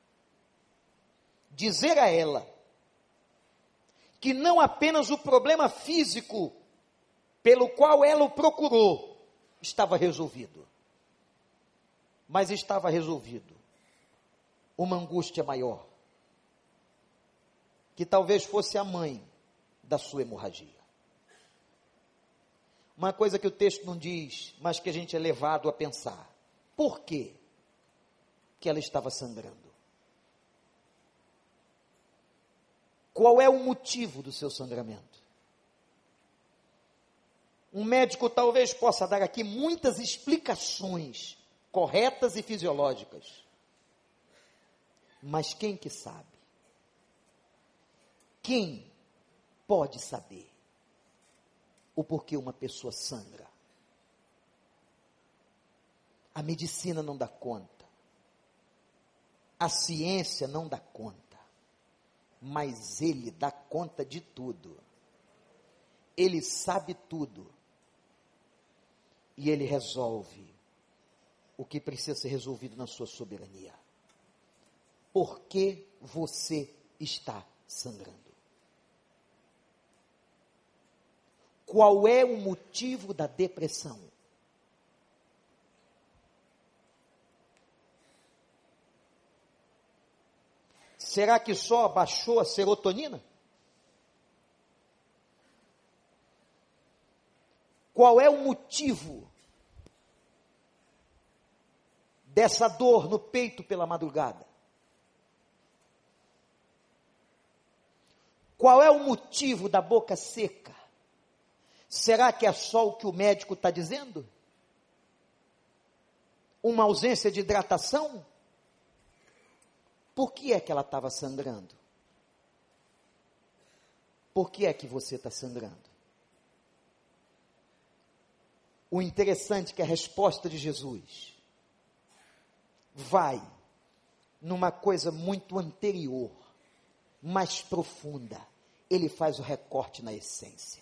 dizer a ela que não apenas o problema físico pelo qual ela o procurou estava resolvido, mas estava resolvido uma angústia maior, que talvez fosse a mãe da sua hemorragia. Uma coisa que o texto não diz, mas que a gente é levado a pensar: por quê que ela estava sangrando? Qual é o motivo do seu sangramento? Um médico talvez possa dar aqui muitas explicações corretas e fisiológicas, mas quem que sabe? Quem pode saber o porquê uma pessoa sangra? A medicina não dá conta, a ciência não dá conta, mas Ele dá conta de tudo. Ele sabe tudo. E Ele resolve o que precisa ser resolvido na sua soberania. Por que você está sangrando? Qual é o motivo da depressão? Será que só abaixou a serotonina? Qual é o motivo dessa dor no peito pela madrugada? Qual é o motivo da boca seca? Será que é só o que o médico está dizendo? Uma ausência de hidratação? Por que é que ela estava sangrando? Por que é que você está sangrando? O interessante é que a resposta de Jesus vai numa coisa muito anterior, mais profunda. Ele faz o recorte na essência.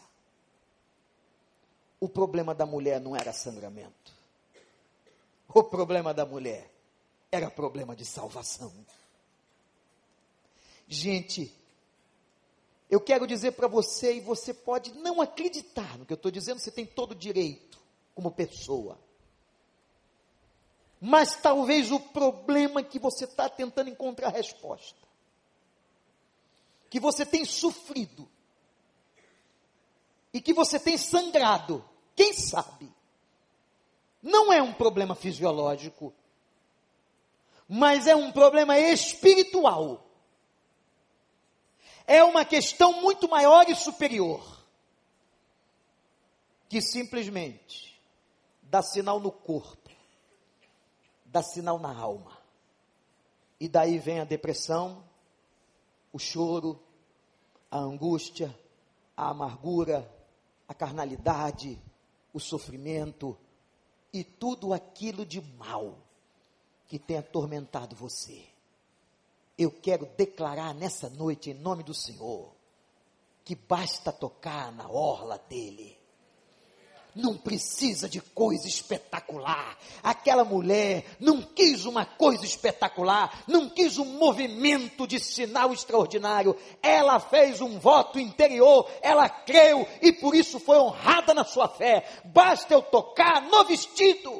O problema da mulher não era sangramento. O problema da mulher era problema de salvação. Gente, eu quero dizer para você, e você pode não acreditar no que eu estou dizendo, você tem todo o direito, como pessoa. Mas talvez o problema que você está tentando encontrar resposta, que você tem sofrido, e que você tem sangrado, quem sabe, não é um problema fisiológico, mas é um problema espiritual. É uma questão muito maior e superior, que simplesmente dá sinal no corpo, dá sinal na alma, e daí vem a depressão, o choro, a angústia, a amargura, a carnalidade, o sofrimento, e tudo aquilo de mal que tem atormentado você. Eu quero declarar nessa noite, em nome do Senhor, que basta tocar na orla dele. Não precisa de coisa espetacular. Aquela mulher não quis uma coisa espetacular, não quis um movimento de sinal extraordinário. Ela fez um voto interior, ela creu e por isso foi honrada na sua fé. Basta eu tocar no vestido.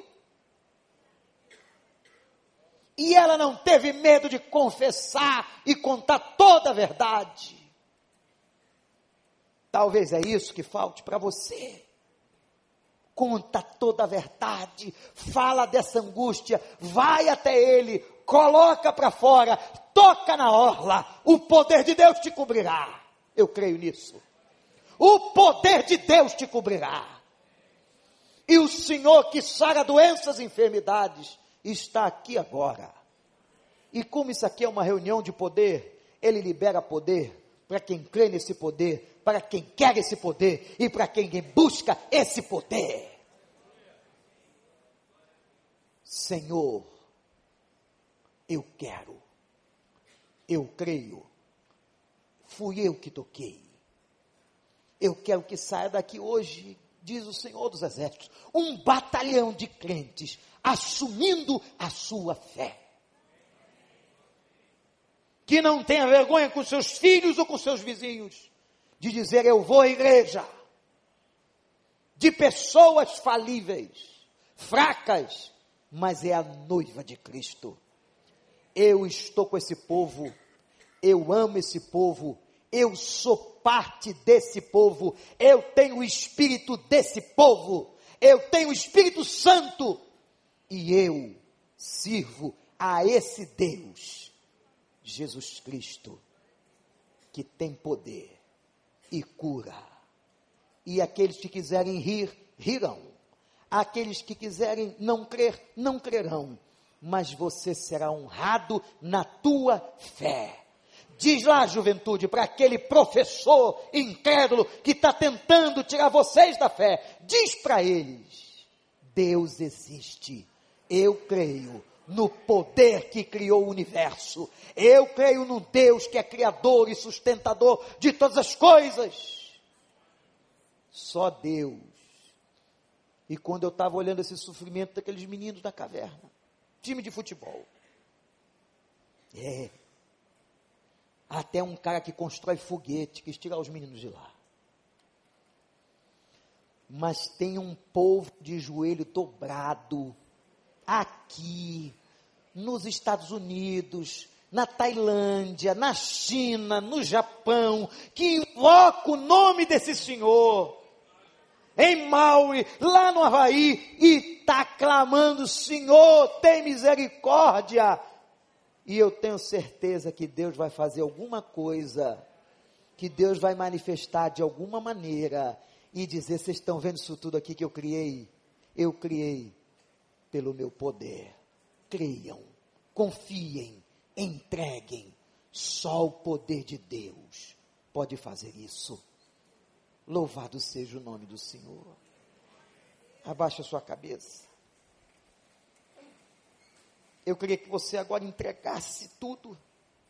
E ela não teve medo de confessar e contar toda a verdade. Talvez é isso que falte para você. Conta toda a verdade, fala dessa angústia, vai até ele, coloca para fora, toca na orla, o poder de Deus te cobrirá. Eu creio nisso. O poder de Deus te cobrirá. E o Senhor que sara doenças e enfermidades está aqui agora. E como isso aqui é uma reunião de poder, Ele libera poder para quem crê nesse poder, para quem quer esse poder e para quem busca esse poder. Senhor, eu quero, eu creio, fui eu que toquei. Eu quero que saia daqui hoje diz o Senhor dos Exércitos, um batalhão de crentes assumindo a sua fé. Que não tenha vergonha com seus filhos ou com seus vizinhos, de dizer eu vou à igreja. De pessoas falíveis, fracas, mas é a noiva de Cristo. Eu estou com esse povo, eu amo esse povo, eu sou parte desse povo, eu tenho o Espírito desse povo, eu tenho o Espírito Santo, e eu sirvo a esse Deus, Jesus Cristo, que tem poder e cura. E aqueles que quiserem rir, rirão. Aqueles que quiserem não crer, não crerão. Mas você será honrado na tua fé. Diz lá, juventude, para aquele professor incrédulo que está tentando tirar vocês da fé. Diz para eles, Deus existe. Eu creio no poder que criou o universo. Eu creio no Deus que é criador e sustentador de todas as coisas. Só Deus. E quando eu estava olhando esse sofrimento daqueles meninos da caverna, time de futebol, é, até um cara que constrói foguete, quis tirar os meninos de lá. Mas tem um povo de joelho dobrado, aqui, nos Estados Unidos, na Tailândia, na China, no Japão, que invoca o nome desse Senhor, em Maui, lá no Havaí, e está clamando, Senhor, tem misericórdia. E eu tenho certeza que Deus vai fazer alguma coisa, que Deus vai manifestar de alguma maneira, e dizer, vocês estão vendo isso tudo aqui que eu criei? Eu criei pelo meu poder. Creiam, confiem, entreguem. Só o poder de Deus pode fazer isso. Louvado seja o nome do Senhor. Abaixa a sua cabeça. Eu queria que você agora entregasse tudo.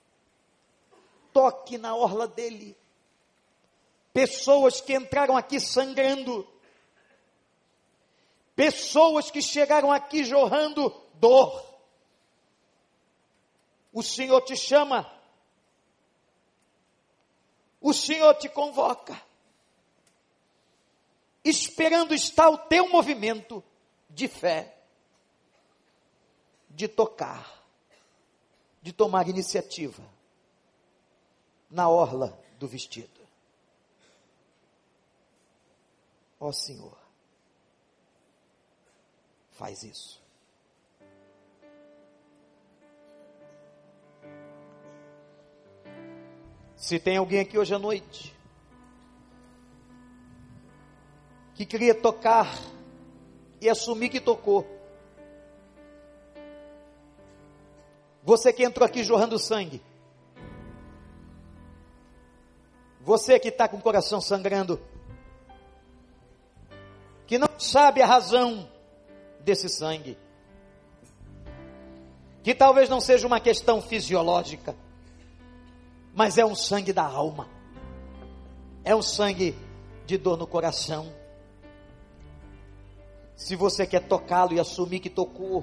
Toque na orla dele. Pessoas que entraram aqui sangrando. Pessoas que chegaram aqui jorrando dor. O Senhor te chama. O Senhor te convoca. Esperando está o teu movimento de fé, de tocar, de tomar iniciativa na orla do vestido. Ó Senhor, faz isso. Se tem alguém aqui hoje à noite que queria tocar e assumir que tocou, você que entrou aqui jorrando sangue, você que está com o coração sangrando, que não sabe a razão desse sangue, que talvez não seja uma questão fisiológica, mas é um sangue da alma, é um sangue de dor no coração. Se você quer tocá-lo e assumir que tocou,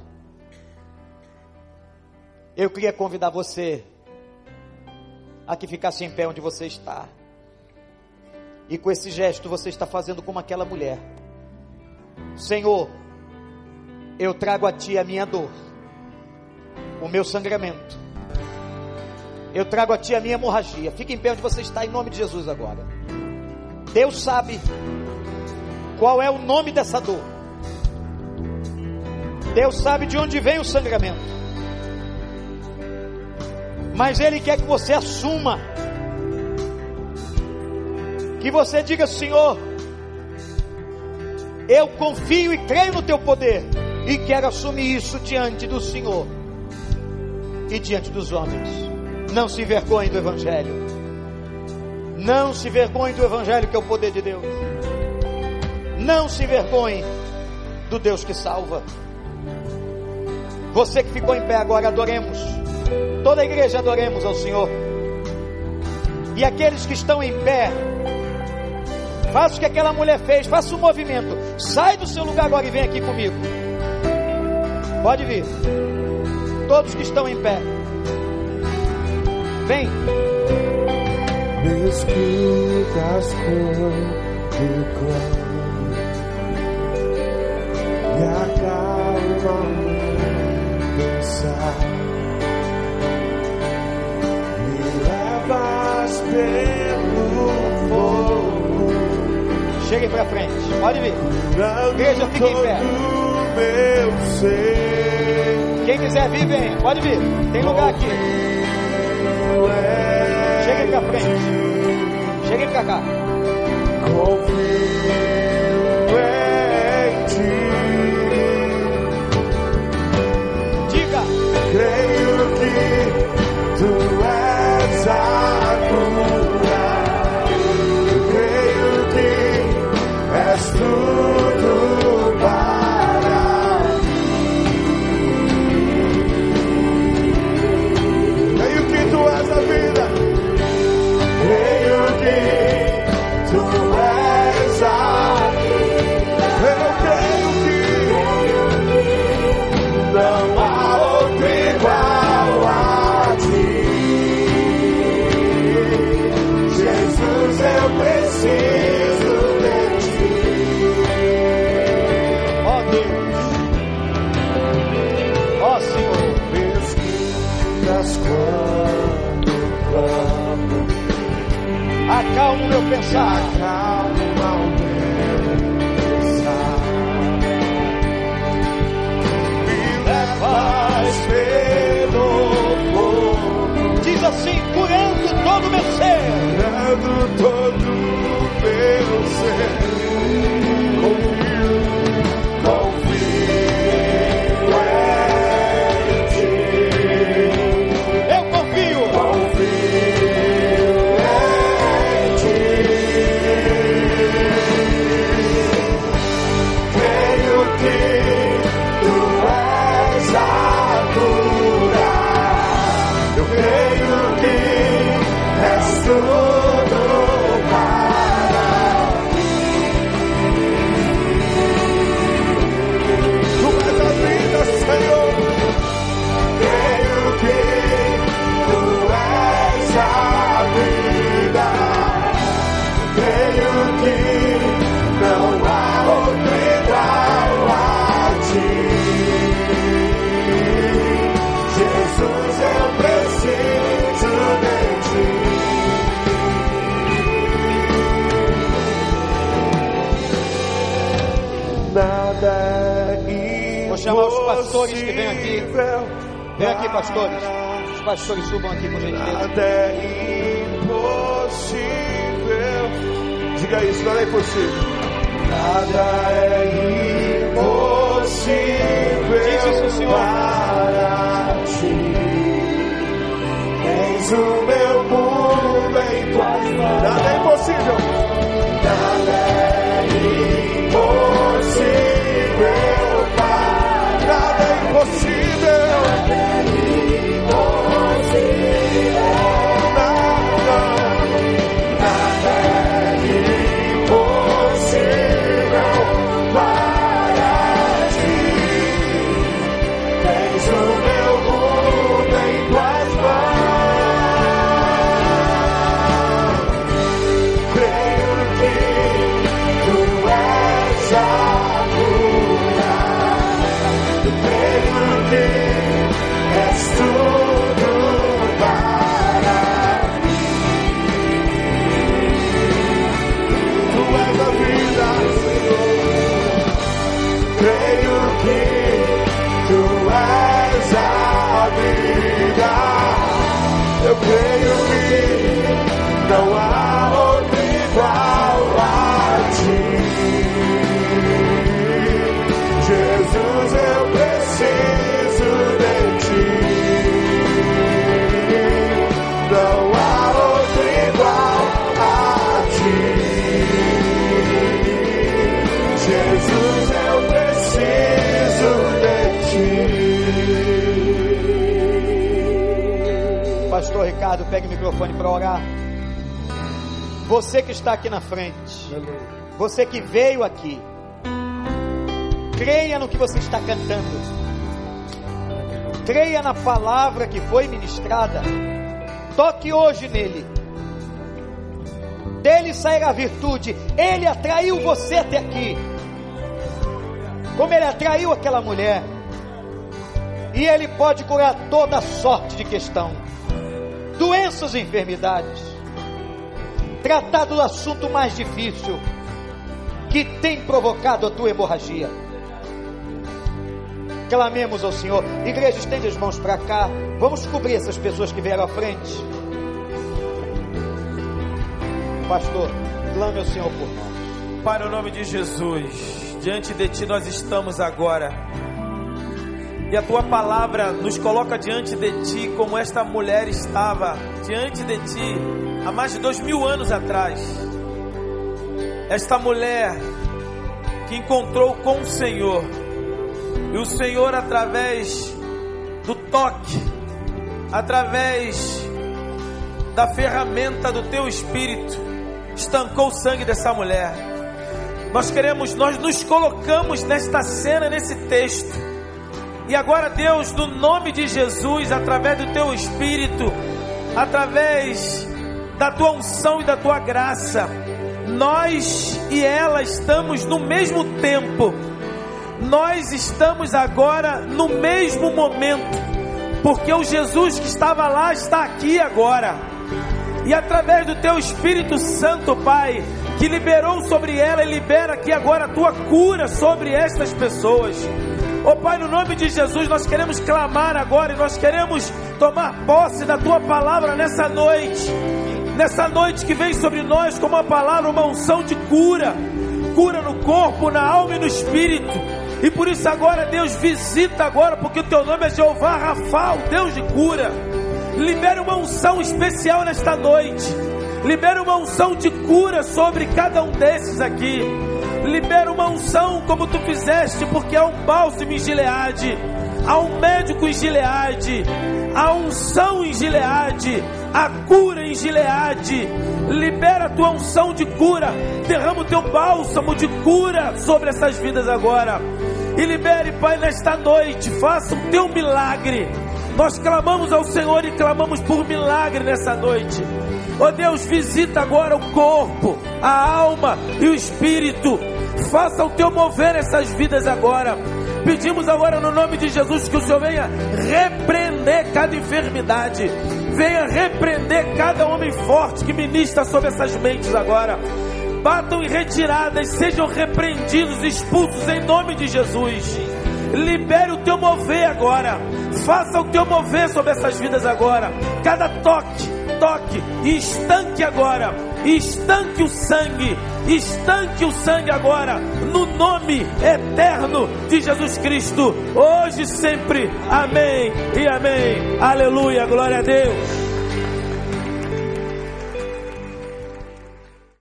eu queria convidar você a que ficasse em pé onde você está. E com esse gesto você está fazendo como aquela mulher. Senhor, eu trago a Ti a minha dor, o meu sangramento. Eu trago a Ti a minha hemorragia. Fique em pé onde você está, em nome de Jesus agora. Deus sabe qual é o nome dessa dor. Deus sabe de onde vem o sangramento. Mas Ele quer que você assuma. Que você diga, Senhor, eu confio e creio no Teu poder. E quero assumir isso diante do Senhor. E diante dos homens. Não se envergonhe do Evangelho. Não se envergonhe do Evangelho, que é o poder de Deus. Não se envergonhe do Deus que salva. Você que ficou em pé agora, adoremos. Toda a igreja adoremos ao Senhor. E aqueles que estão em pé, Faça o que aquela mulher fez, faça um movimento. Sai do seu lugar agora e vem aqui comigo. Pode vir. Todos que estão em pé. Vem. Me escutas quando clamo, me acalma o pensar, me levas pelo fogo. Chegue pra frente, pode vir. Igreja, fique em pé. Quem quiser vir, vem, pode vir. Tem lugar aqui. Cheguem pra frente. Cheguem pra cá. Confio em ti. Diga. Creio que tu és a cura. Creio que és tudo para mim. Creio que tu és a vida. Creio que tu és a vida. Eu creio que não há outro igual a ti. Jesus, eu preciso de ti. Ó Deus, ó Senhor, pesquisas quando clamo. Acalma o meu pensar. Acalma o meu pensar. Me levas pelo fogo. Diz assim, curando todo o meu ser. Curando todo o meu ser. Confio, confio em ti. Eu confio. Confio. Vou chamar os pastores que vêm aqui. Vem aqui, pastores. Os pastores subam aqui, por gentileza. Nada é impossível. Diga isso, nada é impossível. Nada é impossível. Diz isso, Senhor. Para ti. Tens o meu mundo em tuas mãos. Nada é impossível. Nada é impossível. Nada é impossível. Nada é impossível. Nada, nada é impossível para ti. Tens o meu mundo em tuas mãos. Creio que tu és a cura. Creio que és tudo para mim. Tu és a vida, Senhor. Creio que tu és a vida. Eu creio que não há outro igual a ti. Jesus, eu preciso de ti. Não há outro igual a ti. Jesus, eu preciso de ti. Pastor Ricardo, pegue o microfone para orar. Você que está aqui na frente, você que veio aqui, creia no que você está cantando, creia na palavra que foi ministrada, toque hoje nele, dele sairá a virtude. Ele atraiu você até aqui, como ele atraiu aquela mulher, e ele pode curar toda sorte de questão, doenças e enfermidades, tratar do assunto mais difícil que tem provocado a tua hemorragia. Clamemos ao Senhor. Igreja, estende as mãos para cá. Vamos cobrir essas pessoas que vieram à frente. Pastor, clame ao Senhor por nós. Pai, no nome de Jesus, diante de Ti nós estamos agora, e a Tua palavra nos coloca diante de Ti como esta mulher estava diante de Ti há mais de dois mil anos atrás. Esta mulher que encontrou com o Senhor, e o Senhor, através do toque, através da ferramenta do Teu Espírito, estancou o sangue dessa mulher. Nós queremos, nós nos colocamos nesta cena, nesse texto, e agora, Deus, no nome de Jesus, através do Teu Espírito, através da Tua unção e da Tua graça, nós e ela estamos no mesmo tempo, nós estamos agora no mesmo momento, porque o Jesus que estava lá está aqui agora, e através do Teu Espírito Santo, Pai, que liberou sobre ela e libera aqui agora a Tua cura sobre estas pessoas. Oh Pai, no nome de Jesus, nós queremos clamar agora, e nós queremos tomar posse da Tua palavra nessa noite, nessa noite que vem sobre nós como uma palavra, uma unção de cura, cura no corpo, na alma e no espírito. E por isso agora, Deus, visita agora, porque o Teu nome é Jeová Rafa, o Deus de cura. Libera uma unção especial nesta noite, libera uma unção de cura sobre cada um desses aqui. Libera uma unção como Tu fizeste, porque há um bálsamo em Gileade, há um médico em Gileade, há unção em Gileade, há cura em Gileade. Libera a Tua unção de cura, derrama o Teu bálsamo de cura sobre essas vidas agora, e libere, Pai, nesta noite, faça o Teu milagre. Nós clamamos ao Senhor e clamamos por milagre nessa noite. Ó Deus, visita agora o corpo, a alma e o espírito. Faça o Teu mover essas vidas agora. Pedimos agora no nome de Jesus que o Senhor venha repreender cada enfermidade, venha repreender cada homem forte que ministra sobre essas mentes agora. Batam em retiradas, sejam repreendidos, expulsos em nome de Jesus. Libere o Teu mover agora, faça o Teu mover sobre essas vidas agora. Cada toque, toque e estanque agora, estanque o sangue, estanque o sangue agora, no nome eterno de Jesus Cristo, hoje e sempre, amém e amém, aleluia, glória a Deus.